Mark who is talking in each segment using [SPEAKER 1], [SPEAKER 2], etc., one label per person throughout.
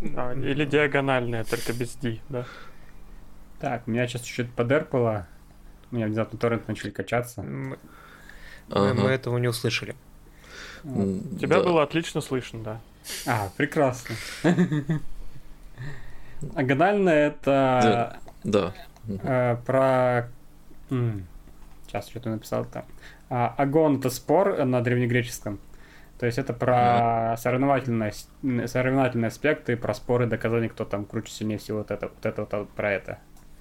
[SPEAKER 1] Или диагональная, только без D, да.
[SPEAKER 2] Так, меня сейчас чуть-чуть подерпало. У меня внезапно торрент начали качаться.
[SPEAKER 3] Мы
[SPEAKER 4] Ага.
[SPEAKER 3] этого не услышали.
[SPEAKER 1] Тебя
[SPEAKER 4] Да.
[SPEAKER 1] было отлично слышно, да.
[SPEAKER 2] Прекрасно. Агональное это
[SPEAKER 4] Да.
[SPEAKER 2] про... Сейчас что-то написал там. Агон — это спор на древнегреческом. То есть это про соревновательные аспекты, про споры, доказания, кто там круче, сильнее всего. Вот это про это.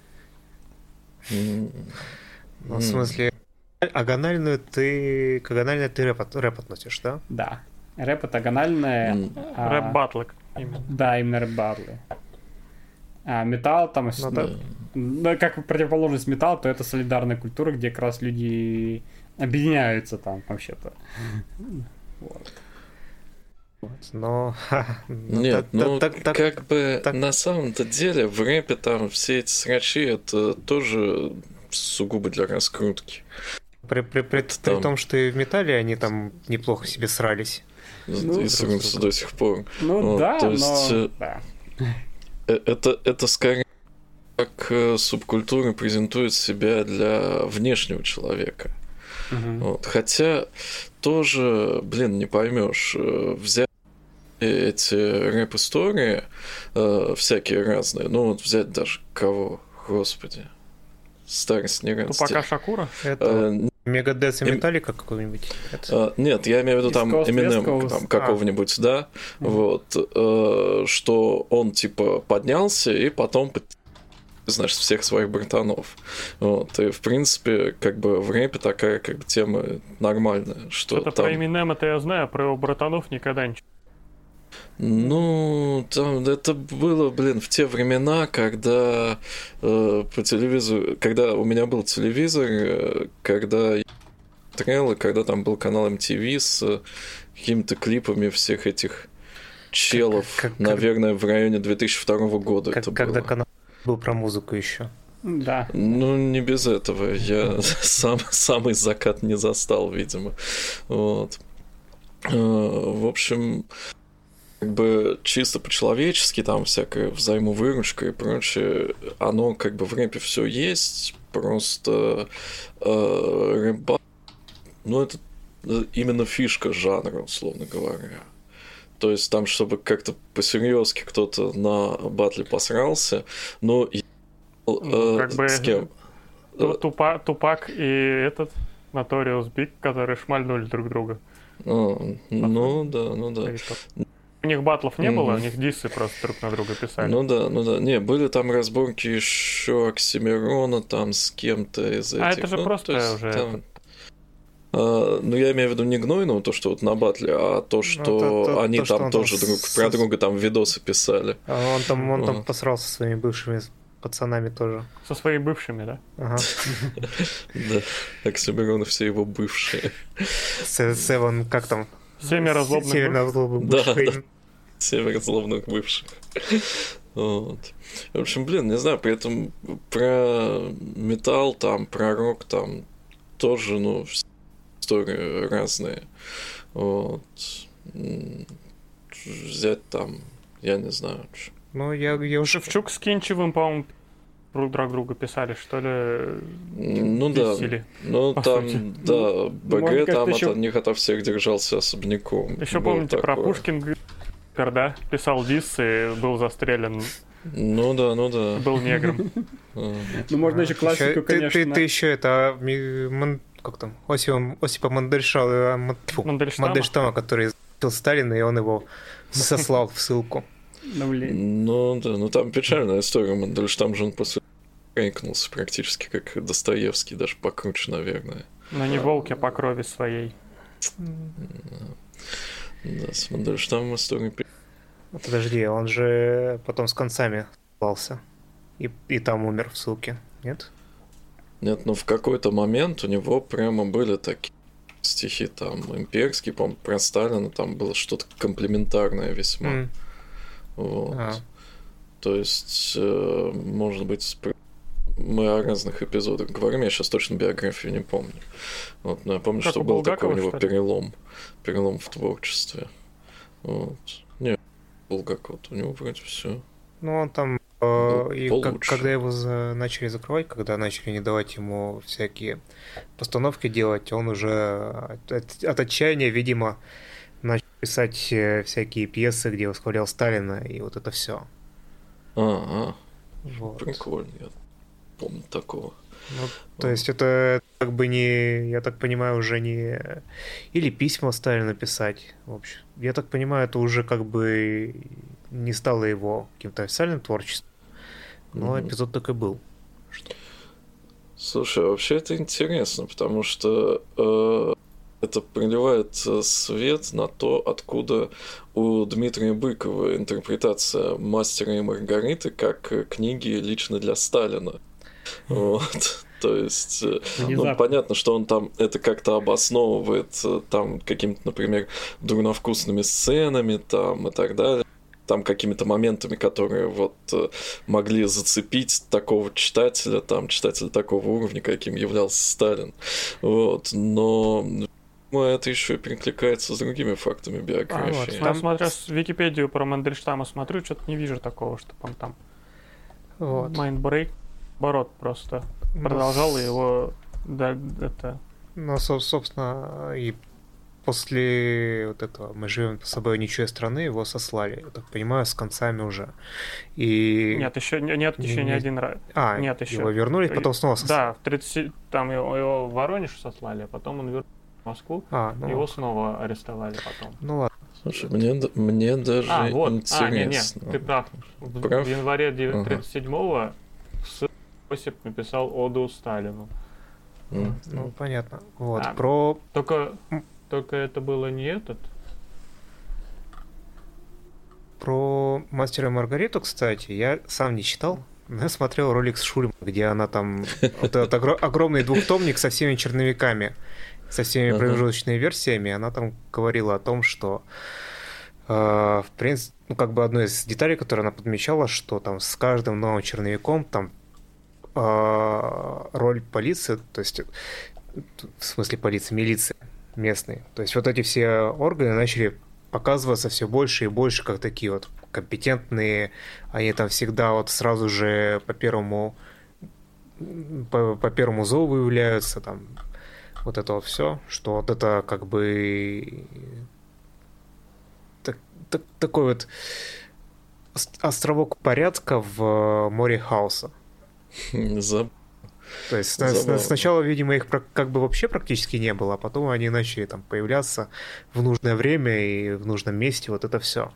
[SPEAKER 4] М,
[SPEAKER 3] В смысле, агональную ты... К агональной ты рэп относишь, да?
[SPEAKER 2] Да. Рэп — это агональное.
[SPEAKER 4] м,
[SPEAKER 1] Рэп-баттлы именно.
[SPEAKER 2] Да, именно рэп-баттлы. Металл там...
[SPEAKER 3] Ну да.
[SPEAKER 2] Да, как противоположность металл, то это солидарная культура, где как раз люди объединяются там вообще-то. Вот.
[SPEAKER 3] Но...
[SPEAKER 4] Нет, как бы на самом-то деле в рэпе там все эти срачи это тоже сугубо для раскрутки.
[SPEAKER 3] При том, что и в металле они там неплохо себе срались.
[SPEAKER 4] И срутся до сих пор.
[SPEAKER 2] Ну
[SPEAKER 4] Вот,
[SPEAKER 2] да,
[SPEAKER 4] то есть,
[SPEAKER 2] но... Да.
[SPEAKER 4] Это скорее как субкультура презентует себя для внешнего человека. Вот. Хотя тоже, не поймешь, взять эти рэп-истории всякие разные, ну вот взять даже кого, господи, старость не раз.
[SPEAKER 1] Тупака Шакура?
[SPEAKER 3] Это Мегадес и Металлика какой-нибудь?
[SPEAKER 4] Нет, я имею в виду там
[SPEAKER 2] East Coast,
[SPEAKER 4] Eminem
[SPEAKER 2] West Coast.
[SPEAKER 4] там, какого-нибудь, да, вот, что он типа поднялся и потом значит, всех своих братанов. Вот. И, в принципе, как бы в рэпе такая как бы тема нормальная. Что
[SPEAKER 1] Это
[SPEAKER 4] там...
[SPEAKER 1] про Эминема-то я знаю, про его братанов никогда ничего.
[SPEAKER 4] Ну, там это было, в те времена, когда по телевизору, когда у меня был телевизор, когда я смотрел, и когда там был канал MTV с какими-то клипами всех этих челов, наверное, в районе 2002 года это
[SPEAKER 3] Когда
[SPEAKER 4] было.
[SPEAKER 3] канал был про музыку еще.
[SPEAKER 2] Да.
[SPEAKER 4] Ну, не без этого. Я самый закат не застал, видимо. Вот. В общем, как бы чисто по-человечески, там всякая взаимовыручка и прочее, оно как бы в рэпе все есть, просто рэп, ну, это именно фишка жанра, условно говоря. То есть там, чтобы как-то по-серьезки кто-то на батле посрался, но
[SPEAKER 1] как бы
[SPEAKER 4] с кем?
[SPEAKER 1] Тупак и этот Notorious Big, которые шмальнули друг друга.
[SPEAKER 4] Ну да.
[SPEAKER 1] У них батлов не было, у них диссы просто друг на друга писали.
[SPEAKER 4] Ну да. Не, были там разборки еще Оксимирона там с кем-то из этих.
[SPEAKER 1] Это же просто уже...
[SPEAKER 4] Там... Ну, я имею в виду не гнойного, то, что вот на батле, а то, что они там тоже друг про друга там видосы писали.
[SPEAKER 3] Он там посрался со своими бывшими пацанами тоже.
[SPEAKER 1] Со своими бывшими, да?
[SPEAKER 3] Ага.
[SPEAKER 4] Да, Оксимирон и все его бывшие.
[SPEAKER 3] Севен, как там?
[SPEAKER 1] Северо злобных
[SPEAKER 4] бывших. Да. Северо злобных бывших. Вот. В общем, не знаю, при этом про металл там, про рок там тоже, истории разные. Вот. Взять там, я не знаю.
[SPEAKER 3] Ну, я уже...
[SPEAKER 1] Шевчук с Кинчевым, по-моему, друг друга писали, что ли?
[SPEAKER 4] Ну
[SPEAKER 1] бесили,
[SPEAKER 4] да. Ну там,
[SPEAKER 1] сути.
[SPEAKER 4] да, БГ там
[SPEAKER 2] еще...
[SPEAKER 4] от них ото всех держался особняком.
[SPEAKER 1] Еще помните про Пушкин, да? Писал дисс и был застрелен.
[SPEAKER 4] Ну да.
[SPEAKER 1] Был негром.
[SPEAKER 2] Ну, можно еще классику, конечно.
[SPEAKER 3] Ты еще это... Как там? Осипа Мандельштама, который убил Сталина, и он его сослал в ссылку.
[SPEAKER 4] Ну да, там печальная история. Мандельштам же он после рейкнулся практически как Достоевский, даже покруче, наверное.
[SPEAKER 1] Но не волк, а по крови своей.
[SPEAKER 4] Да, с Мандельштамом история...
[SPEAKER 3] Подожди, он же потом с концами спался. И там умер в ссылке, нет?
[SPEAKER 4] Нет, в какой-то момент у него прямо были такие стихи там имперские, по-моему, про Сталина, там было что-то комплиментарное весьма. Вот. То есть, может быть, мы о разных эпизодах говорим, я сейчас точно биографию не помню. Вот, но я помню,
[SPEAKER 1] как
[SPEAKER 4] что был такой у него перелом в творчестве. Вот. Нет. Булгакот, у него вроде все.
[SPEAKER 3] Ну, он там, и
[SPEAKER 4] получше.
[SPEAKER 3] когда его начали закрывать, когда начали не давать ему всякие постановки делать, он уже от отчаяния, видимо, начал писать всякие пьесы, где восхвалял Сталина, и вот это все. Вот.
[SPEAKER 4] Прикольно, я помню такого.
[SPEAKER 3] Ну, то есть это как бы не, я так понимаю, уже не... Или письма Сталину писать, в общем. Я так понимаю, это уже как бы не стало его каким-то официальным творчеством. Но эпизод такой был.
[SPEAKER 4] Слушай, а вообще это интересно, потому что это проливает свет на то, откуда у Дмитрия Быкова интерпретация «Мастера и Маргариты» как книги лично для Сталина. Вот. То есть, ну, понятно, что он там это как-то обосновывает там какими-то, например, дурновкусными сценами там и так далее. Там какими-то моментами, которые вот могли зацепить такого читателя, там, читателя такого уровня, каким являлся Сталин. Вот. Но это еще и перекликается с другими фактами биографии.
[SPEAKER 1] Я смотрю Википедию про Мандельштама, смотрю, что-то не вижу такого, чтобы он там майндбрейк, наоборот, просто продолжал его, да, это...
[SPEAKER 3] Ну, собственно, и после вот этого «Мы живем с собой ничьей страны» его сослали, я так понимаю, с концами уже. И...
[SPEAKER 1] Нет, еще не один раз. Нет, еще.
[SPEAKER 3] Его вернули, потом снова сослали.
[SPEAKER 1] Да, в 30... там его в Воронеж сослали, а потом он вернулся в Москву, его снова арестовали потом.
[SPEAKER 3] Ну ладно.
[SPEAKER 4] Слушай, мне даже интересно.
[SPEAKER 1] Нет, ты прав. В январе 37-го Осип написал оду Сталину.
[SPEAKER 3] Ну, понятно. Вот,
[SPEAKER 1] Только это было не этот.
[SPEAKER 3] Про «Мастера и Маргариту», кстати, я сам не читал, но я смотрел ролик с Шульман, где она там... Вот этот огромный двухтомник со всеми черновиками, со всеми промежуточными версиями, она там говорила о том, что в принципе, ну, как бы одной из деталей, которую она подмечала, что там с каждым новым черновиком там роль полиции, то есть в смысле полиции, милиции местной, то есть вот эти все органы начали показываться все больше и больше как такие вот компетентные, они там всегда вот сразу же по первому зову выявляются, там вот это вот все, что вот это как бы такой вот островок порядка в море хаоса. То есть сначала, видимо, их как бы вообще практически не было, а потом они начали там появляться в нужное время и в нужном месте, вот это все.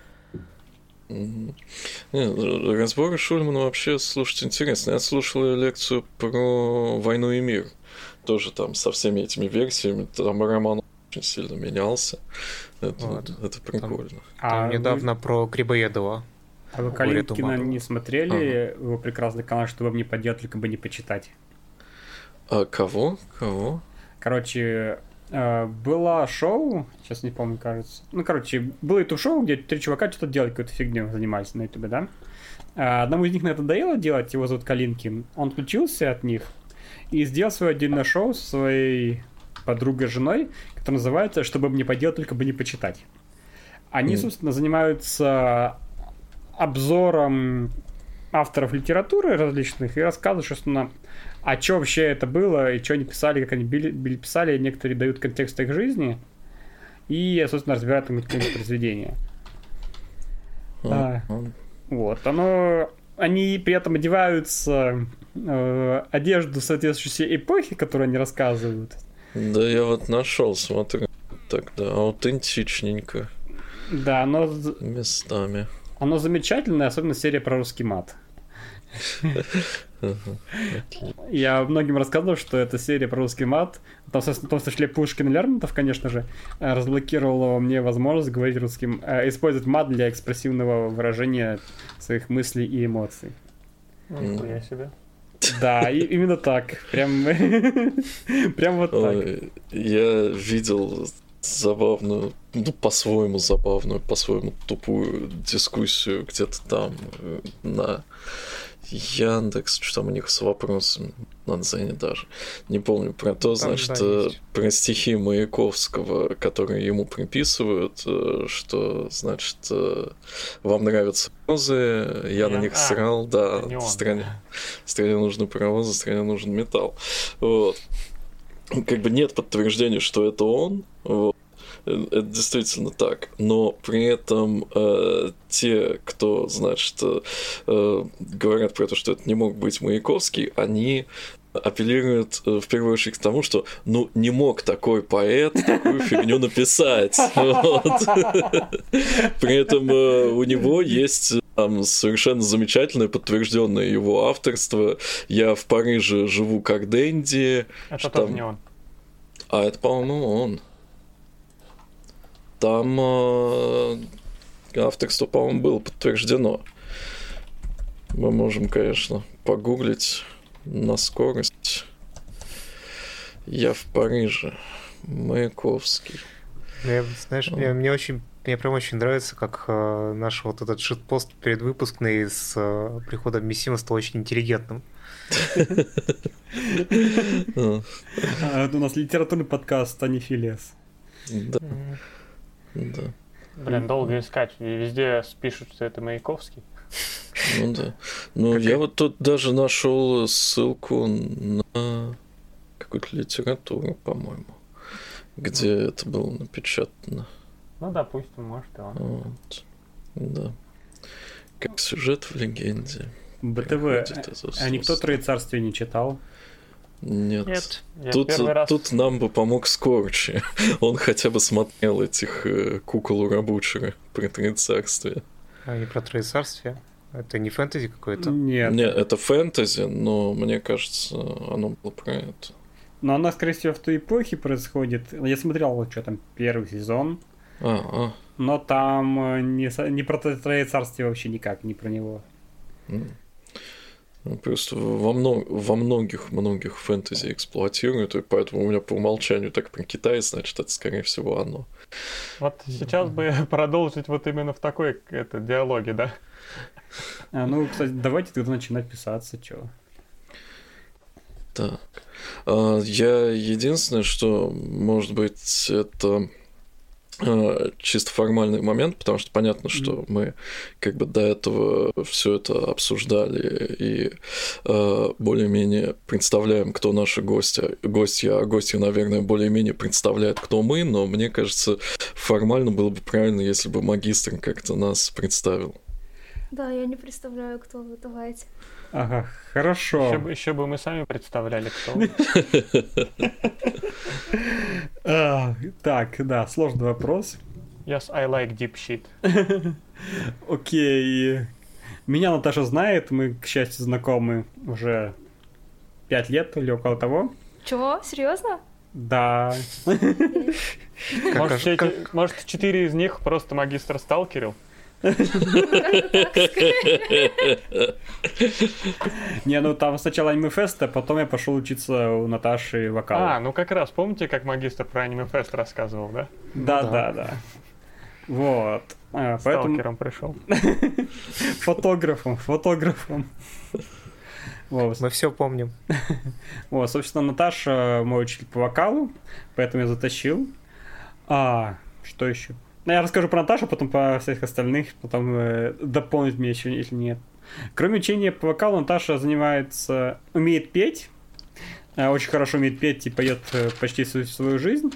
[SPEAKER 4] Разборы Шульмана вообще слушать интересно. Я слушал лекцию про «Войну и мир», тоже там со всеми этими версиями, там роман очень сильно менялся. Это прикольно.
[SPEAKER 3] Там недавно про Грибоедова.
[SPEAKER 2] А вы Калинкина не смотрели его прекрасный канал, что вам не поделать, только бы не почитать?
[SPEAKER 4] А кого?
[SPEAKER 2] Короче, было шоу, сейчас не помню, кажется. Ну, короче, было это шоу, где 3 чувака что-то делали, какую-то фигню занимались на ютубе, да? Одному из них на это надоело делать, его зовут Калинкин. Он включился от них и сделал свое отдельное шоу со своей подругой-женой, которое называется «Чтобы мне поделать, только бы не почитать». Они, собственно, занимаются обзором авторов литературы различных и рассказывают, собственно, а что вообще это было, и что они писали, как они писали, некоторые дают контекст их жизни, и, собственно, разбирают там какие-то произведения. Вот, они при этом одеваются одежду соответствующей эпохи, которую они рассказывают.
[SPEAKER 4] Да, я вот нашел, смотрю, тогда аутентичненько.
[SPEAKER 2] Да, оно...
[SPEAKER 4] местами.
[SPEAKER 2] Оно замечательное, особенно серия про русский мат. Я многим рассказывал, что эта серия про русский мат, там, собственно, шли Пушкин и Лермонтов, конечно же, разблокировала мне возможность говорить русским, использовать мат для экспрессивного выражения своих мыслей и эмоций.
[SPEAKER 1] Нихуя себе.
[SPEAKER 2] Да, именно так. Прям вот так.
[SPEAKER 4] Я видел забавную, ну, по-своему забавную, по-своему тупую дискуссию где-то там на Яндекс, что там у них с вопросом, на Дзене даже, не помню, про то, там, значит, да, про стихи Маяковского, которые ему приписывают, что, значит, вам нравятся розы, я на них срал, да, стране нужны паровозы, стране нужен металл. Вот. Как бы нет подтверждения, что это он, вот. Это действительно так, но при этом те, кто, значит, говорят про то, что это не мог быть Маяковский, они апеллируют в первую очередь к тому, что, ну, не мог такой поэт такую фигню написать. При этом у него есть там совершенно замечательное подтвержденное его авторство. Я в Париже живу как Дэнди.
[SPEAKER 1] Это тоже не он.
[SPEAKER 4] А это, по-моему, он. Там авторство, по-моему, было подтверждено. Мы можем, конечно, погуглить на скорость. Я в Париже. Маяковский.
[SPEAKER 3] Знаешь, мне прям очень нравится, как наш вот этот шитпост предвыпускный с приходом Мисима стал очень интеллигентным.
[SPEAKER 2] У нас литературный подкаст, а не Филиас.
[SPEAKER 4] Да. Да.
[SPEAKER 1] Блин, долго искать. Везде пишут, что это Маяковский.
[SPEAKER 4] Ну да. Ну, я вот тут даже нашел ссылку на какую-то литературу, по-моему, где это было напечатано.
[SPEAKER 1] Ну, допустим, может, и он.
[SPEAKER 4] Вот. Да. Как сюжет в легенде.
[SPEAKER 2] БТВ. А никто Троецарствие не читал?
[SPEAKER 4] Нет. Тут нам бы помог Скорчи. Он хотя бы смотрел этих кукол Урабучера про Троецарствие.
[SPEAKER 3] А не про Троецарствие? Это не фэнтези какое-то?
[SPEAKER 2] Нет.
[SPEAKER 4] Нет, это фэнтези, но мне кажется, оно было про это.
[SPEAKER 2] Но оно, скорее всего, в той эпохе происходит. Я смотрел, вот что там, первый сезон. Но там не про Троецарствие вообще никак, не про него.
[SPEAKER 4] Просто во многих фэнтези эксплуатируют, и поэтому у меня по умолчанию так про Китай, значит, это, скорее всего, оно.
[SPEAKER 1] Вот сейчас бы продолжить вот именно в такой диалоге, да?
[SPEAKER 2] Ну, кстати, давайте тогда начинать писаться, чё.
[SPEAKER 4] Так. Я единственное, что, может быть, это чисто формальный момент, потому что понятно, что мы как бы до этого все это обсуждали и более-менее представляем, кто наши гости, а гости, наверное, более-менее представляют, кто мы, но мне кажется, формально было бы правильно, если бы магистр как-то нас представил.
[SPEAKER 5] Да, я не представляю, кто вы, давайте.
[SPEAKER 2] Ага, хорошо.
[SPEAKER 1] Еще бы мы сами представляли, кто вы.
[SPEAKER 2] Так, да, сложный вопрос.
[SPEAKER 1] Yes, I like deep shit.
[SPEAKER 2] Окей. Меня Наташа знает, мы, к счастью, знакомы уже 5 лет или около того.
[SPEAKER 5] Чего? Серьезно?
[SPEAKER 2] Да.
[SPEAKER 1] Может, 4 из них просто магистр сталкерил?
[SPEAKER 2] Не, ну там сначала аниме-фест, а потом я пошел учиться у Наташи вокалу.
[SPEAKER 1] Ну как раз, помните, как магистр про аниме-фест рассказывал, да?
[SPEAKER 2] Да. Вот.
[SPEAKER 1] Сталкером пришел.
[SPEAKER 2] Фотографом. Вот.
[SPEAKER 3] Мы все помним.
[SPEAKER 2] Вот, собственно, Наташа мой учитель по вокалу, поэтому я затащил. Что еще? Я расскажу про Наташу, потом по всех остальных, потом дополнит меня еще, если нет. Кроме учения по вокалу, Наташа умеет петь, очень хорошо умеет петь и поет почти всю свою жизнь.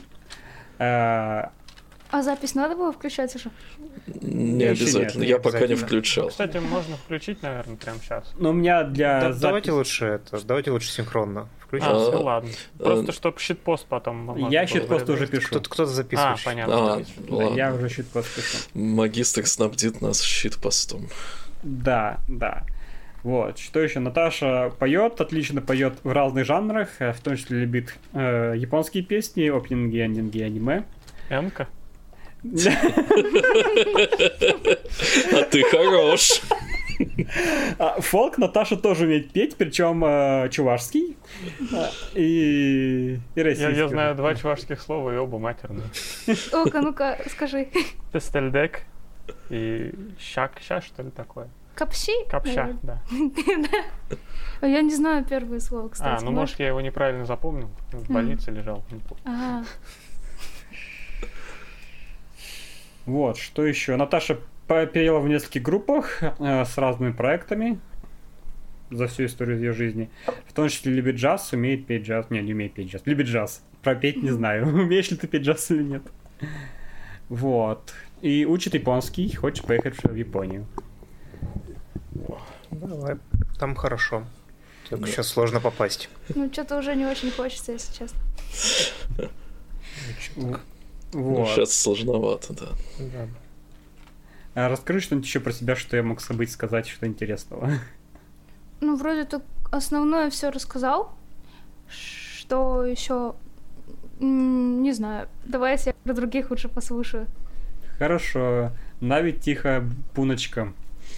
[SPEAKER 5] А запись надо было включать уже?
[SPEAKER 4] Не обязательно, я пока не включал.
[SPEAKER 1] Кстати, можно включить, наверное, прямо сейчас.
[SPEAKER 2] Но у меня для
[SPEAKER 3] давайте лучше синхронно включить.
[SPEAKER 1] Ну ладно. Просто чтобы щитпост потом...
[SPEAKER 2] Я щитпост уже пишу.
[SPEAKER 3] Кто-то записывает.
[SPEAKER 1] Понятно.
[SPEAKER 2] Я уже щитпост пишу.
[SPEAKER 4] Магистр снабдит нас щитпостом.
[SPEAKER 2] Да. Вот, что еще? Наташа поет, отлично поет в разных жанрах, в том числе любит японские песни, опенинги, эндинги, аниме.
[SPEAKER 1] Эмка?
[SPEAKER 4] А ты хорош.
[SPEAKER 2] Фолк Наташа тоже умеет петь, причем чувашский. И российского.
[SPEAKER 1] Я знаю 2 чувашских слова, и оба матерные.
[SPEAKER 5] Ну-ка, скажи.
[SPEAKER 1] Пестельдек и ща, что ли, такое?
[SPEAKER 5] Капщи?
[SPEAKER 1] Капща, да.
[SPEAKER 5] А я не знаю первое слово, кстати.
[SPEAKER 1] Может, я его неправильно запомнил. В больнице лежал. Не помню.
[SPEAKER 5] Ага.
[SPEAKER 2] Вот, что еще? Наташа пела в нескольких группах с разными проектами за всю историю ее жизни. В том числе любит джаз, умеет петь джаз. Не умеет петь джаз. Любит джаз. Пропеть не знаю. Умеешь ли ты петь джаз или нет. Вот. И учит японский, хочет поехать в Японию.
[SPEAKER 3] Давай, там хорошо. Только сейчас сложно попасть.
[SPEAKER 5] Ну, что-то уже не очень хочется, если честно.
[SPEAKER 2] Вот.
[SPEAKER 4] Сейчас сложновато, да.
[SPEAKER 3] Да.
[SPEAKER 2] А расскажи что-нибудь еще про себя, что я мог забыть сказать, что интересного.
[SPEAKER 5] Ну, вроде ты основное все рассказал. Что еще? Не знаю. Давай я про других лучше послушаю.
[SPEAKER 2] Хорошо. Нави тихо, пуночка.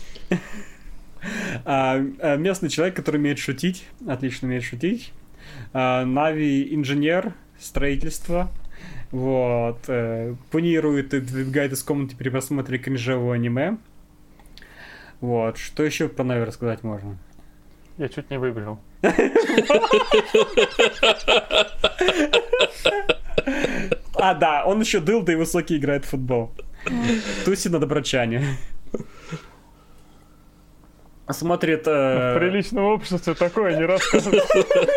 [SPEAKER 2] Местный человек, который умеет шутить, отлично умеет шутить. Нави инженер строительства. Вот. Пунирует и выбегает из комнаты при просмотре кринжевого аниме. Вот. Что еще про Нави рассказать можно?
[SPEAKER 1] Я чуть не выбежал.
[SPEAKER 2] Да, он еще дылда и высокий играет в футбол. Туси на доброчане. Смотрит...
[SPEAKER 1] В приличном обществе такое не рассказывают.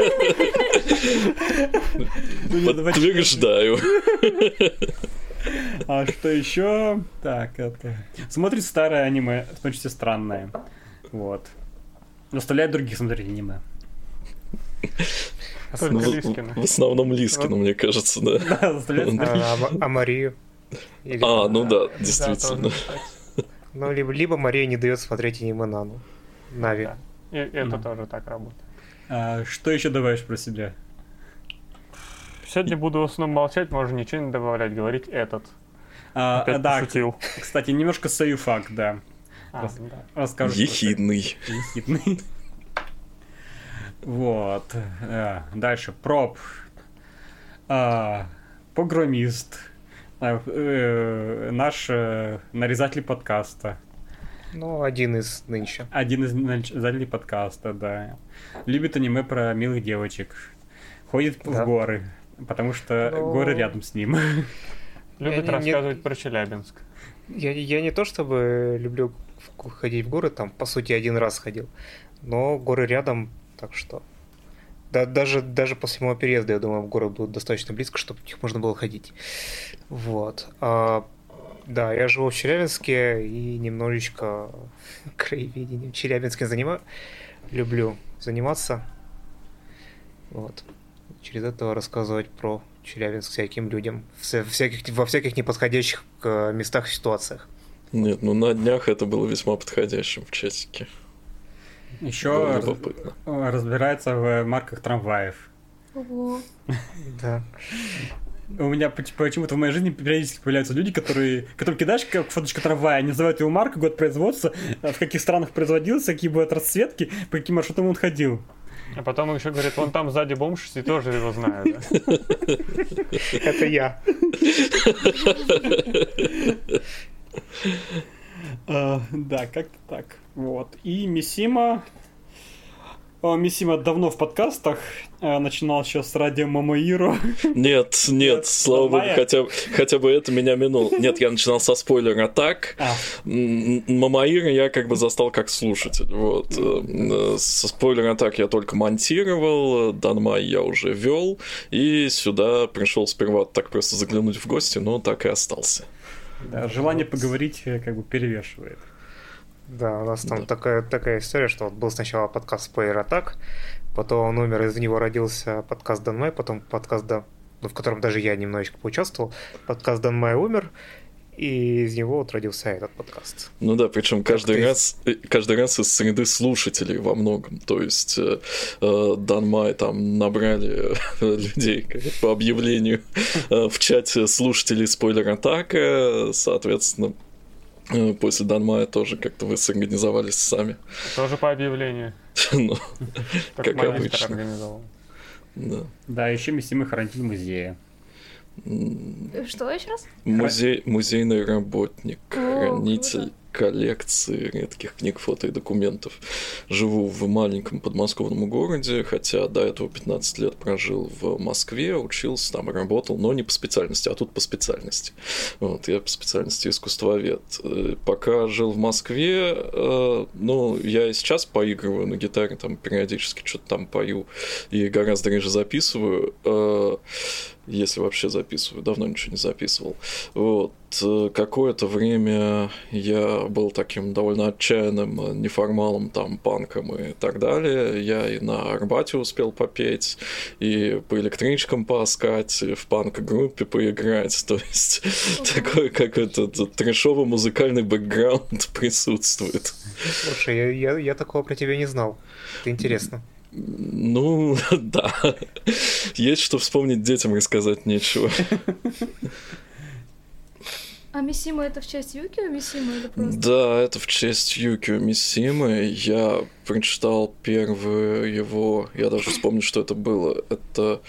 [SPEAKER 4] Подтверждаю.
[SPEAKER 2] А что еще? Так, это... Смотрит старое аниме, в том числе странное. Вот. Заставляет других смотреть аниме.
[SPEAKER 1] Только Лискина.
[SPEAKER 4] В основном Лискина, мне кажется, да.
[SPEAKER 2] Да, заставляет смотреть.
[SPEAKER 3] А Марию?
[SPEAKER 4] Ну да, действительно.
[SPEAKER 3] Ну, либо Мария не дает смотреть аниме Нану. Нави.
[SPEAKER 1] Да. И это тоже так работает.
[SPEAKER 2] Что еще добавишь про себя?
[SPEAKER 1] Сегодня буду в основном молчать, можно ничего не добавлять, говорить этот. Опять
[SPEAKER 2] Да,
[SPEAKER 1] пошутил.
[SPEAKER 2] кстати, немножко саюфак, да. Расскажу.
[SPEAKER 4] Ехидный.
[SPEAKER 2] Ехидный. Вот. Дальше. Проб. Погромист. Наш нарезатель подкаста.
[SPEAKER 3] Ну, один из нынче.
[SPEAKER 2] Один из нарезателей подкаста, да. Любит аниме про милых девочек. Ходит в горы, потому что горы рядом с ним.
[SPEAKER 1] Любит рассказывать про Челябинск.
[SPEAKER 3] Я не то чтобы люблю ходить в горы, там, по сути, один раз ходил. Но горы рядом, так что... Даже после моего переезда, я думаю, горы будут достаточно близко, чтобы в них можно было ходить. Вот. Да, я живу в Челябинске и немножечко краеведением Челябинским люблю заниматься. Вот. Через это рассказывать про Челябинск всяким людям во всяких неподходящих местах и ситуациях.
[SPEAKER 4] Нет, на днях это было весьма подходящим в чатике.
[SPEAKER 2] Еще разбирается в марках трамваев.
[SPEAKER 5] Ого.
[SPEAKER 3] Да.
[SPEAKER 2] У меня почему-то в моей жизни периодически появляются люди, которые кидаешь как фоточку трамвая, они называют его марку, год производства, в каких странах производился, какие будут расцветки, по каким маршрутам он ходил.
[SPEAKER 1] А потом еще говорит, вон там сзади бомж, и тоже его знаю, да?
[SPEAKER 3] Это я.
[SPEAKER 2] Да, как-то так. Вот. И Мисима давно в подкастах, начинал еще с радио Мамоиро.
[SPEAKER 4] Нет, слава богу, хотя бы это меня минул. Нет, я начинал со спойлера атак. Мамоиро я как бы застал как слушатель. Вот. Со спойлера атак я только монтировал, Данмай я уже вел, и сюда пришел сперва так просто заглянуть в гости, но так и остался.
[SPEAKER 2] Да, желание поговорить как бы перевешивает.
[SPEAKER 3] Да, у нас там такая история, что вот был сначала подкаст Spoiler Attack, потом он умер, из него родился подкаст Данмай, потом подкаст, в котором даже я немножечко поучаствовал, подкаст Данмай умер, и из него вот родился этот подкаст.
[SPEAKER 4] Ну да, причем каждый раз из среды слушателей во многом. То есть Данмай там набрали людей по объявлению в чате слушателей Spoiler Attack, соответственно, после Данмая тоже как-то вы сорганизовались сами.
[SPEAKER 1] Тоже по объявлению.
[SPEAKER 4] Ну, как обычно. Да.
[SPEAKER 2] Да, еще Мисимы хранитель музея.
[SPEAKER 5] Что еще раз?
[SPEAKER 4] Музейный работник, хранитель
[SPEAKER 5] круто.
[SPEAKER 4] коллекции редких книг, фото и документов. Живу в маленьком подмосковном городе, хотя до этого 15 лет прожил в Москве, учился там, работал, но не по специальности, а тут по специальности. Вот, я по специальности искусствовед. Пока жил в Москве, ну, я и сейчас поигрываю на гитаре, там периодически что-то там пою и гораздо реже записываю. Если вообще записываю, давно ничего не записывал. Вот. Какое-то время я был таким довольно отчаянным неформалом, там, панком и так далее. Я и на Арбате успел попеть, и по электричкам поискать, и в панк-группе поиграть. То есть такой какой-то трэшовый музыкальный бэкграунд присутствует.
[SPEAKER 3] Слушай, я такого про тебя не знал. Это интересно.
[SPEAKER 4] Ну, да. Есть что вспомнить, детям рассказать нечего.
[SPEAKER 5] А Мисима это в честь Юкио Мисимы или просто?
[SPEAKER 4] Да, это в честь Юкио Мисимы. Я прочитал первую его... Я даже вспомню, что это было. Это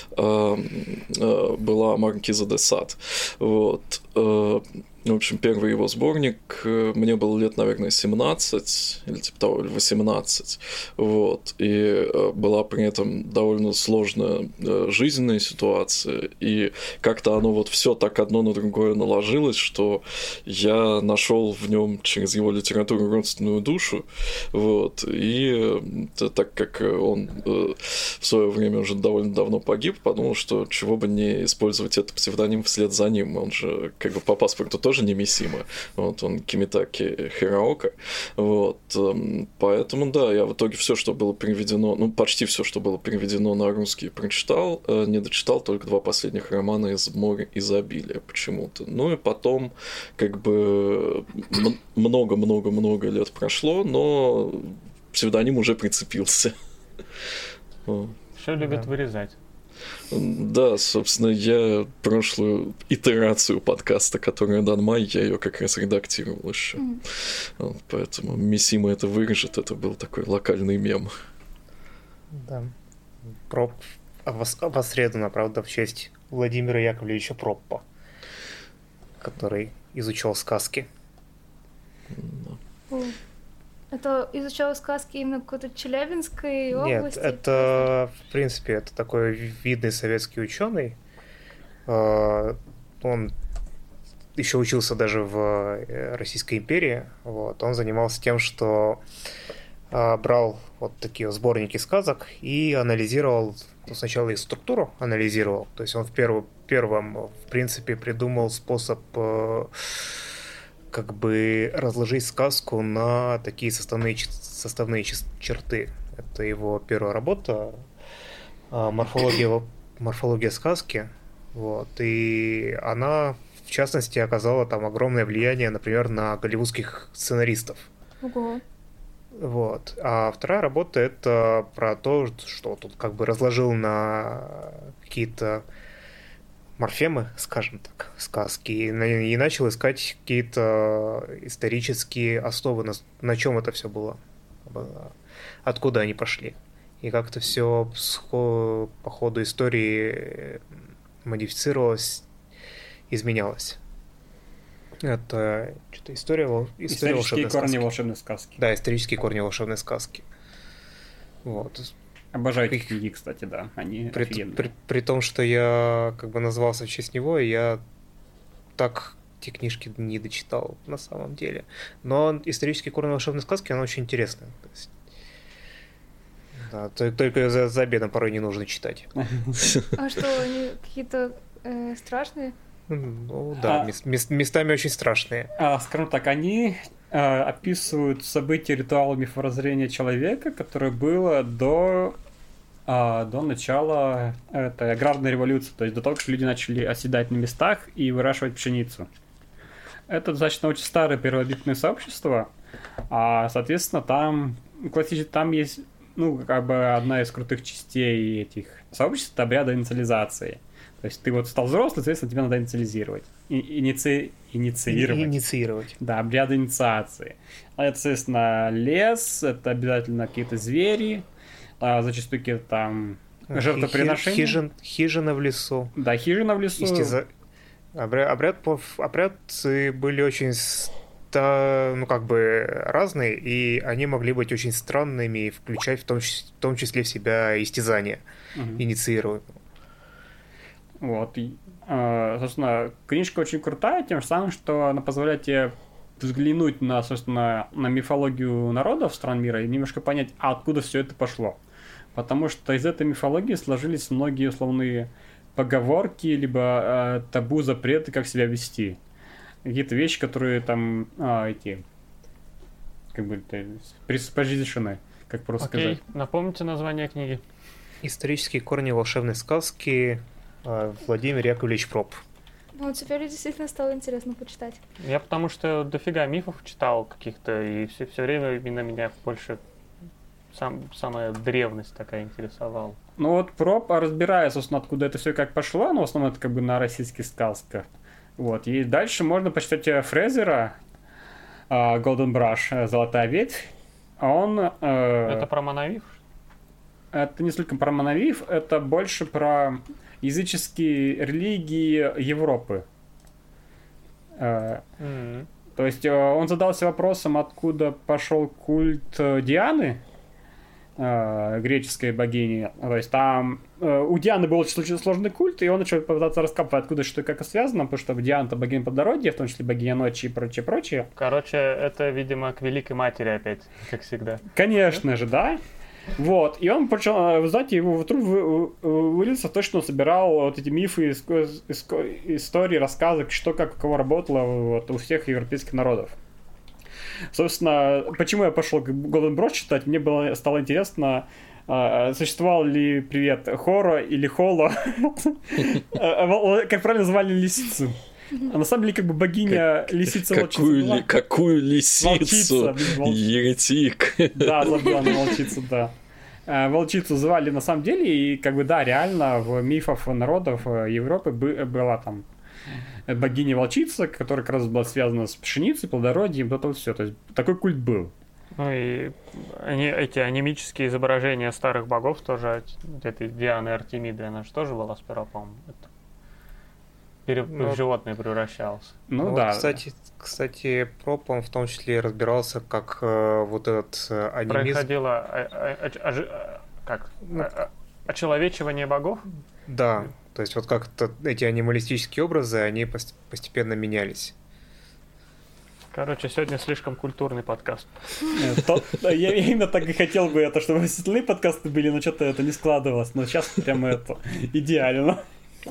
[SPEAKER 4] была Маркиза де Сад. Вот. В общем, первый его сборник, мне было лет, наверное, 17, или типа того, или 18, вот, и была при этом довольно сложная жизненная ситуация, и как-то оно вот все так одно на другое наложилось, что я нашел в нем через его литературу родственную душу, вот, и так как он в свое время уже довольно давно погиб, подумал, что чего бы не использовать этот псевдоним вслед за ним, он же как бы по паспорту тоже не Мисима, вот, он Кимитаки Хираока, вот, поэтому, да, я в итоге все, что было переведено, ну, почти все, что было переведено на русский, прочитал, не дочитал только 2 последних романа из «Моря изобилия» почему-то, ну, и потом, как бы, много-много-много лет прошло, но псевдоним уже прицепился.
[SPEAKER 2] Что любят вырезать?
[SPEAKER 4] Да, собственно, я прошлую итерацию подкаста, которая дан май, я ее как раз редактировал еще. Вот, поэтому Мисима это вырежет, это был такой локальный мем.
[SPEAKER 3] Да. Опосредованно, правда, в честь Владимира Яковлевича Проппа, который изучал сказки.
[SPEAKER 5] Это изучал сказки именно какой-то Челябинской области?
[SPEAKER 3] Нет, это, в принципе, это такой видный советский ученый. Он еще учился даже в Российской империи. Вот. Он занимался тем, что брал вот такие сборники сказок и анализировал, ну, сначала их структуру анализировал. То есть он первым, в принципе, придумал способ как бы разложить сказку на такие составные черты. Это его первая работа, морфология сказки. Вот. И она, в частности, оказала там огромное влияние, например, на голливудских сценаристов.
[SPEAKER 5] Ого.
[SPEAKER 3] Вот. А вторая работа — это про то, что тут как бы разложил на какие-то морфемы, скажем так, сказки, и начал искать какие-то исторические основы, на чем это все было, откуда они пошли. И как-то все по ходу истории модифицировалось, изменялось. Это что-то история
[SPEAKER 2] исторические корни волшебной сказки.
[SPEAKER 3] Да, исторические корни волшебной сказки. Вот.
[SPEAKER 2] Обожаю эти книги, кстати, да. Они офигенные.
[SPEAKER 3] При том, что я как бы назвался в честь него, я так эти книжки не дочитал на самом деле. Но исторические корни волшебной сказки, она очень интересная. То есть, да, только за обедом порой не нужно читать.
[SPEAKER 5] А что, они какие-то страшные?
[SPEAKER 3] Ну да, местами очень страшные.
[SPEAKER 2] Скажем так, они описывают события ритуала мифороззрения человека, которое было до начала этой аграрной революции, то есть до того, как люди начали оседать на местах и выращивать пшеницу. Это достаточно очень старое первобытное сообщество, соответственно, там есть, ну, как бы одна из крутых частей этих сообществ — это обряды инициализации. То есть ты вот стал взрослый, соответственно, тебе надо инициализировать. Инициировать. Да, обряды инициации. Это, соответственно, лес, это обязательно какие-то звери, зачастую какие-то там Жертвоприношение?
[SPEAKER 3] Хижина в лесу.
[SPEAKER 2] Да, хижина в лесу.
[SPEAKER 3] Обряды были очень разные, и они могли быть очень странными и включать в том числе в себя истязания, инициируемые.
[SPEAKER 2] Вот. Собственно, книжка очень крутая, тем самым, что она позволяет тебе взглянуть на, собственно, на мифологию народов стран мира и немножко понять, откуда все это пошло. Потому что из этой мифологии сложились многие условные поговорки, либо табу, запреты, как себя вести. Какие-то вещи, которые там, приспособлены, как просто сказать.
[SPEAKER 1] Напомните название книги.
[SPEAKER 3] «Исторические корни волшебной сказки», Владимир Яковлевич Проб.
[SPEAKER 5] Ну, теперь действительно стало интересно почитать.
[SPEAKER 1] Я потому что дофига мифов читал каких-то, и все время именно меня больше самая древность такая интересовала.
[SPEAKER 2] Ну вот Проб разбирает, собственно, откуда это все как пошло, но в основном это как бы на российских сказках. Вот. И дальше можно почитать Фрезера, Golden Brush, Золотая ветвь. Он...
[SPEAKER 1] Это про Монавив?
[SPEAKER 2] Это не столько про Монавив, это больше про языческие религии Европы. То есть он задался вопросом, откуда пошел культ Дианы, греческой богини. То есть там у Дианы был очень сложный культ, и он начал пытаться раскапывать, откуда что и как связано, потому что Диана-то богиня плодородия, в том числе богиня ночи и прочее.
[SPEAKER 1] Короче, это, видимо, к Великой Матери опять, как всегда.
[SPEAKER 2] Конечно же, да. Вот, и он почел, знаете, его труд вылился в то, что он собирал вот эти мифы, истории, рассказы, что как у кого работало вот, у всех европейских народов. Собственно, почему я пошел Golden Brush читать, мне стало интересно, существовал ли, Хоро или Холо, как правильно звали лисицу. А на самом деле, как бы богиня лисица-волчица.
[SPEAKER 4] Какую лисицу? Еретик.
[SPEAKER 2] Да, забыл на волчицу, да. Волчицу звали на самом деле, и как бы да, реально в мифах народов Европы была там богиня-волчица, которая как раз была связана с пшеницей, плодородием, вот это вот все. То есть такой культ был.
[SPEAKER 1] Ну и эти анимические изображения старых богов тоже, этой Дианы Артемиды, она же тоже была сперва, по-моему, в животное превращался.
[SPEAKER 3] Ну да. Кстати, Проб, он в том числе разбирался, как вот этот анимизм...
[SPEAKER 1] Происходило очеловечивание богов?
[SPEAKER 3] Да, то есть вот как-то эти анималистические образы, они постепенно менялись.
[SPEAKER 1] Короче, сегодня слишком культурный подкаст.
[SPEAKER 2] Я именно так и хотел бы это, чтобы остальные подкасты были, но что-то это не складывалось. Но сейчас прямо это идеально.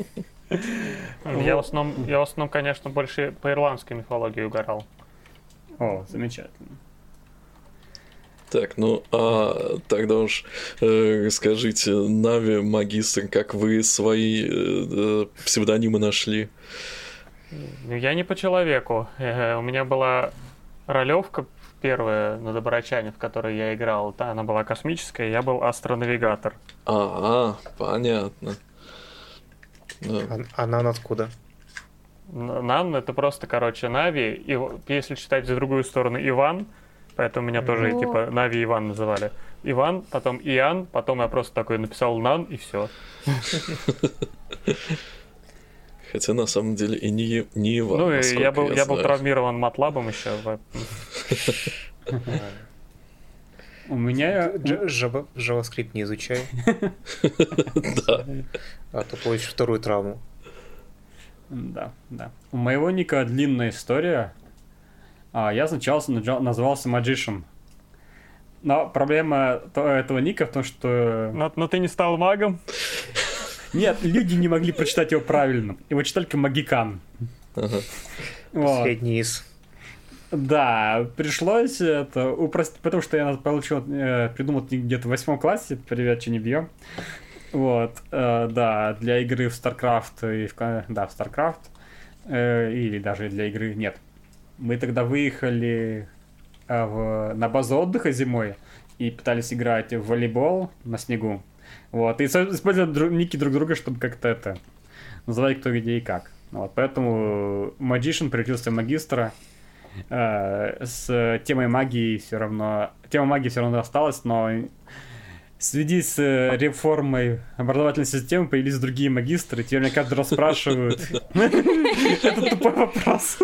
[SPEAKER 1] Я в основном, конечно, больше по ирландской мифологии угорал.
[SPEAKER 2] О, замечательно.
[SPEAKER 4] Так, тогда уж скажите, Нави, магистр, как вы свои псевдонимы нашли?
[SPEAKER 1] Я не по человеку. У меня была ролевка первая на Доброчане, в которой я играл. Она была космическая, я был астронавигатор.
[SPEAKER 4] Понятно.
[SPEAKER 3] А Нан откуда?
[SPEAKER 1] Нан — это просто, Нави, и если читать с другую сторону, Иван, поэтому меня тоже типа Нави Иван называли. Иван, потом Иоанн, потом я просто такой написал Нан, и все.
[SPEAKER 4] Хотя на самом деле и не Иван.
[SPEAKER 1] Ну, и я был травмирован матлабом еще.
[SPEAKER 2] У меня...
[SPEAKER 3] JavaScript не изучай.
[SPEAKER 4] Да.
[SPEAKER 3] А то получишь вторую травму.
[SPEAKER 2] Да. У моего ника длинная история. Я сначала назывался Magician. Но проблема этого ника в том, что...
[SPEAKER 1] Но ты не стал магом?
[SPEAKER 2] Нет, люди не могли прочитать его правильно. Его читали как Магикан.
[SPEAKER 3] Средний из.
[SPEAKER 2] Да, пришлось это упростить, потому что я придумал где-то в 8 классе, привет, че не бьем. Вот, да, для игры в StarCraft в StarCraft, или даже для игры, нет. Мы тогда выехали на базу отдыха зимой и пытались играть в волейбол на снегу. Вот, и использовали ники друг друга, чтобы как-то это называть кто где и как. Вот, поэтому Magician превратился в магистра. С темой магии все равно... Тема магии все равно осталась, но В связи с реформой образовательной системы появились другие магистры, теперь меня каждый раз спрашивают. Это тупой вопрос.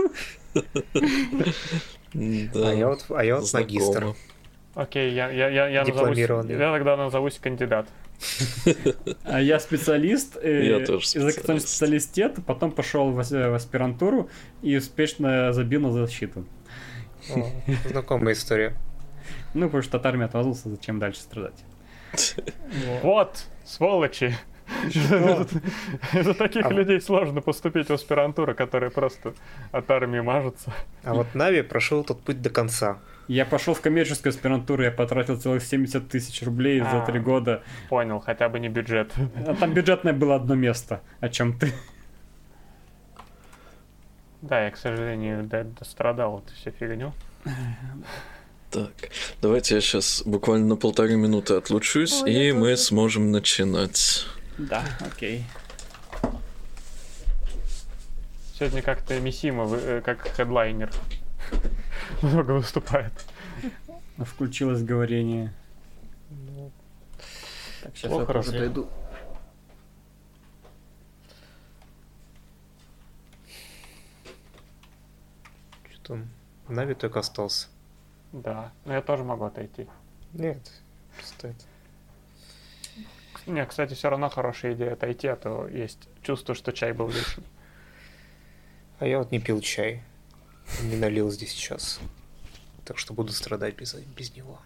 [SPEAKER 3] А я вот магистр.
[SPEAKER 1] Окей, я тогда назовусь кандидат.
[SPEAKER 2] А я специалист,
[SPEAKER 4] Я тоже
[SPEAKER 2] из специалистета, потом пошел в аспирантуру и успешно забил на защиту.
[SPEAKER 3] О, знакомая история.
[SPEAKER 2] Ну, потому что от армии отвозился, зачем дальше страдать.
[SPEAKER 1] Вот, сволочи. Из-за таких людей сложно поступить в аспирантуру, которые просто от армии мажутся.
[SPEAKER 3] А вот Нави прошел этот путь до конца.
[SPEAKER 2] Я пошел в коммерческую аспирантуру, я потратил целых 70 тысяч рублей за 3 года.
[SPEAKER 1] Понял, хотя бы не бюджет.
[SPEAKER 2] А там бюджетное было одно место. О чем ты?
[SPEAKER 1] Да, я, к сожалению, дострадал эту всю фигню.
[SPEAKER 4] Так, давайте я сейчас буквально на 1,5 минуты отлучусь,
[SPEAKER 5] Ой,
[SPEAKER 4] и
[SPEAKER 5] я
[SPEAKER 4] мы
[SPEAKER 5] тоже.
[SPEAKER 4] сможем начинать.
[SPEAKER 2] Да, окей.
[SPEAKER 1] Сегодня как-то Мисима, как хедлайнер, много выступает.
[SPEAKER 2] Включилось говорение. Так, сейчас я
[SPEAKER 1] Плохо
[SPEAKER 2] тоже дойду.
[SPEAKER 3] Что там? Нави только остался.
[SPEAKER 1] Да, но я тоже могу отойти.
[SPEAKER 3] Нет, просто это.
[SPEAKER 1] Не, кстати, все равно хорошая идея отойти, а то есть чувство, что чай был лишний.
[SPEAKER 3] А я вот не пил чай. Не налил здесь сейчас. Так что буду страдать без него.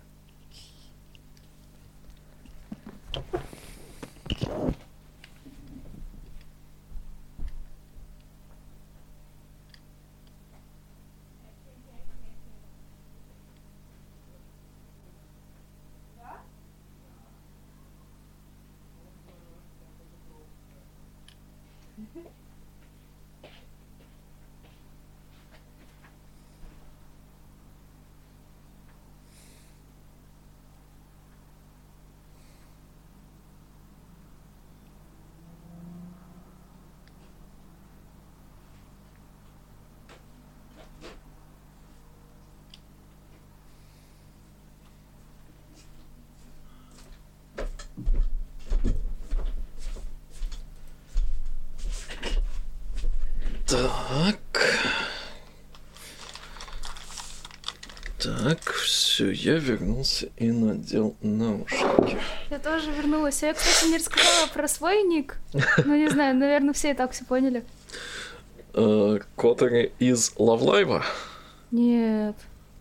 [SPEAKER 4] Так, все, я вернулся и надел наушники.
[SPEAKER 5] Я тоже вернулась. Я, кстати, не рассказала про свой ник. Ну, не знаю, наверное, все и так все поняли.
[SPEAKER 4] Который из Лавлайва?
[SPEAKER 5] Нет.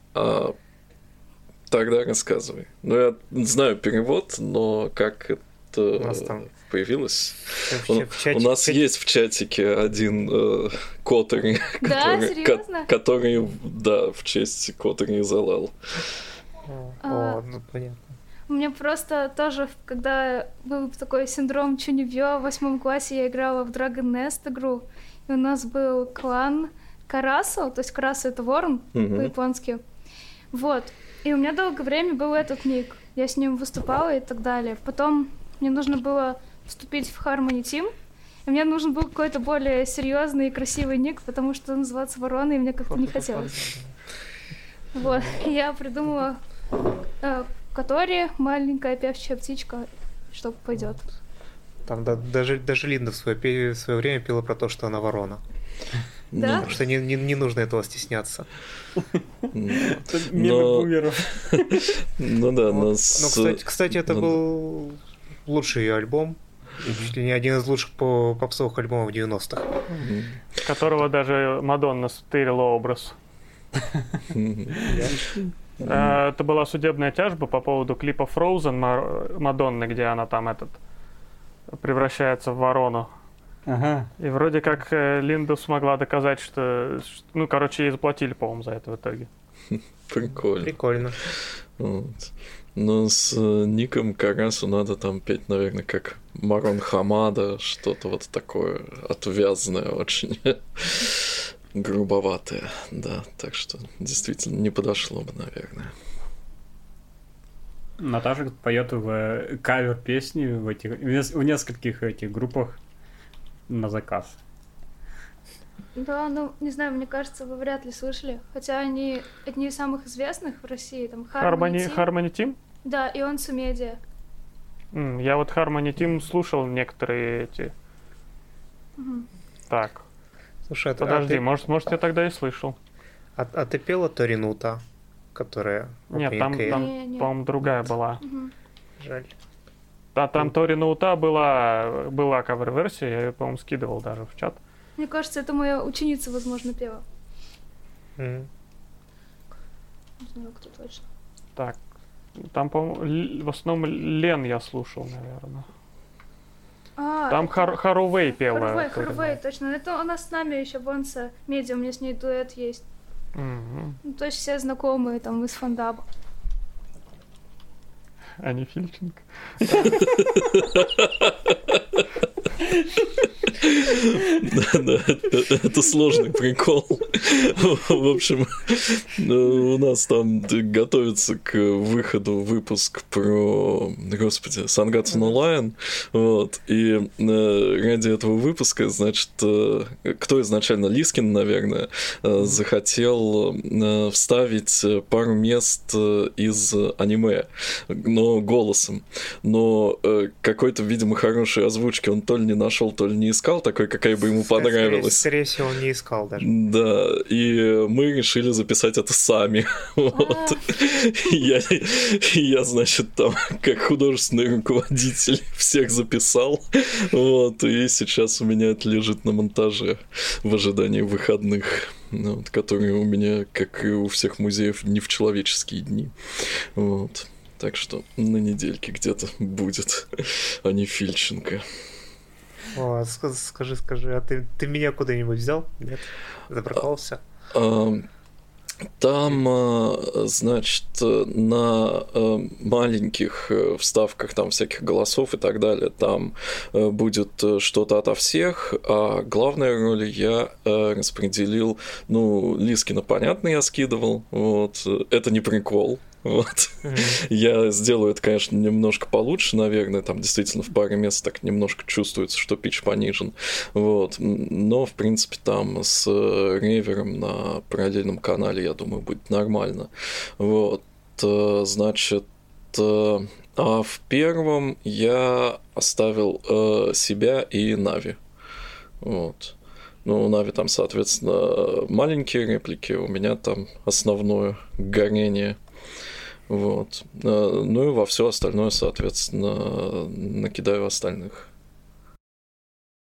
[SPEAKER 4] Тогда рассказывай. Ну, я знаю перевод, но как это
[SPEAKER 3] нас там
[SPEAKER 4] появилось?
[SPEAKER 3] В
[SPEAKER 4] У нас есть в чатике один Котори,
[SPEAKER 5] Да, серьезно?
[SPEAKER 4] который, да, в честь Котори из ЛЛ.
[SPEAKER 3] О, ну понятно.
[SPEAKER 5] У меня просто тоже, когда был такой синдром Чунибё в 8 классе, я играла в Dragon Nest игру, и у нас был клан Карасу, то есть Карасу — это ворон по-японски. Вот. И у меня долгое время был этот ник. Я с ним выступала и так далее. Потом мне нужно было вступить в Harmony Team, и мне нужен был какой-то более серьезный и красивый ник, потому что называться Вороной мне как-то не хотелось. Вот. И я придумала Котори, маленькая певчая птичка, что пойдет.
[SPEAKER 3] Там даже Линда в свое время пела про то, что она ворона.
[SPEAKER 5] Да?
[SPEAKER 3] Так что не нужно этого стесняться.
[SPEAKER 2] Мемы бумеров.
[SPEAKER 4] Ну да,
[SPEAKER 3] Вот.
[SPEAKER 4] нас...
[SPEAKER 3] Ну, кстати, это был лучший ее альбом. И чуть ли не один из лучших попсовых альбомов 90-х.
[SPEAKER 1] Которого даже Мадонна стырила образ. Это была судебная тяжба по поводу клипа Frozen Мадонны, где она там превращается в ворону.
[SPEAKER 2] Ага.
[SPEAKER 1] И вроде как Линда смогла доказать, что... Ну, короче, ей заплатили, по-моему, за это в итоге.
[SPEAKER 4] Прикольно.
[SPEAKER 3] Прикольно.
[SPEAKER 4] Вот. Но с ником Карасу надо там петь, наверное, как Марон Хамада, что-то вот такое отвязное очень. Грубоватое, да. Так что действительно не подошло бы, наверное.
[SPEAKER 2] Наташа поет в кавер-песни в нескольких этих группах на заказ.
[SPEAKER 5] Да, ну, не знаю, мне кажется, вы вряд ли слышали. Хотя они одни из самых известных в России. Там Harmony Team.
[SPEAKER 1] Harmony Team?
[SPEAKER 5] Да, и он Сумедиа.
[SPEAKER 1] Я вот Harmony Team слушал некоторые эти... Так,
[SPEAKER 3] Слушай,
[SPEAKER 1] подожди, может я тогда и слышал.
[SPEAKER 3] А ты пела Торинута, которая...
[SPEAKER 1] Нет, там,
[SPEAKER 5] Не.
[SPEAKER 1] по-моему, другая была.
[SPEAKER 3] Жаль.
[SPEAKER 1] Да, там Тори Наута была кавер-версия, я ее, по-моему, скидывал даже в чат.
[SPEAKER 5] Мне кажется, это моя ученица, возможно, пела. Не знаю, кто точно.
[SPEAKER 1] Так, там, по-моему, в основном Лен я слушал, наверное. Там Харувей пела.
[SPEAKER 5] Харувей, точно. Это она с нами еще в Онсе Медиа, у меня с ней дуэт есть. Ну, то есть все знакомые там из фандаба.
[SPEAKER 1] А не Фильченко.
[SPEAKER 4] Да, это сложный прикол. В общем, у нас там готовится к выходу выпуск про, господи, Sangatsu no Lion. Вот. И ради этого выпуска, значит, кто изначально, Лискин, наверное, захотел вставить пару мест из аниме, но голосом. Но какой-то, видимо, хорошей озвучки он то ли не нашел, то ли не искал, такой, какая бы ему понравилась.
[SPEAKER 3] Скорее всего, он не искал даже.
[SPEAKER 4] Да, и мы решили записать это сами. Вот. Я, значит, там, как художественный руководитель, всех записал. Вот, и сейчас у меня это лежит на монтаже в ожидании выходных, вот, которые у меня, как и у всех музеев, не в человеческие дни. Вот. Так что на недельке где-то будет, а не Фильченко.
[SPEAKER 3] О, скажи, а ты меня куда-нибудь взял? Нет? Забракался?
[SPEAKER 4] Там, значит, на маленьких вставках там всяких голосов и так далее, там будет что-то ото всех, а главные роли я распределил, Лискина, понятно, я скидывал, вот, это не прикол. Вот. Я сделаю это, конечно, немножко получше, наверное. Там действительно в паре мест так немножко чувствуется, что питч понижен. Вот. Но, в принципе, там с ревером на параллельном канале, я думаю, будет нормально. Вот. Значит, а в первом я оставил себя и Нави. Вот. У Нави там, соответственно, маленькие реплики, у меня там основное горение. Вот. Ну и во все остальное, соответственно, накидаю остальных.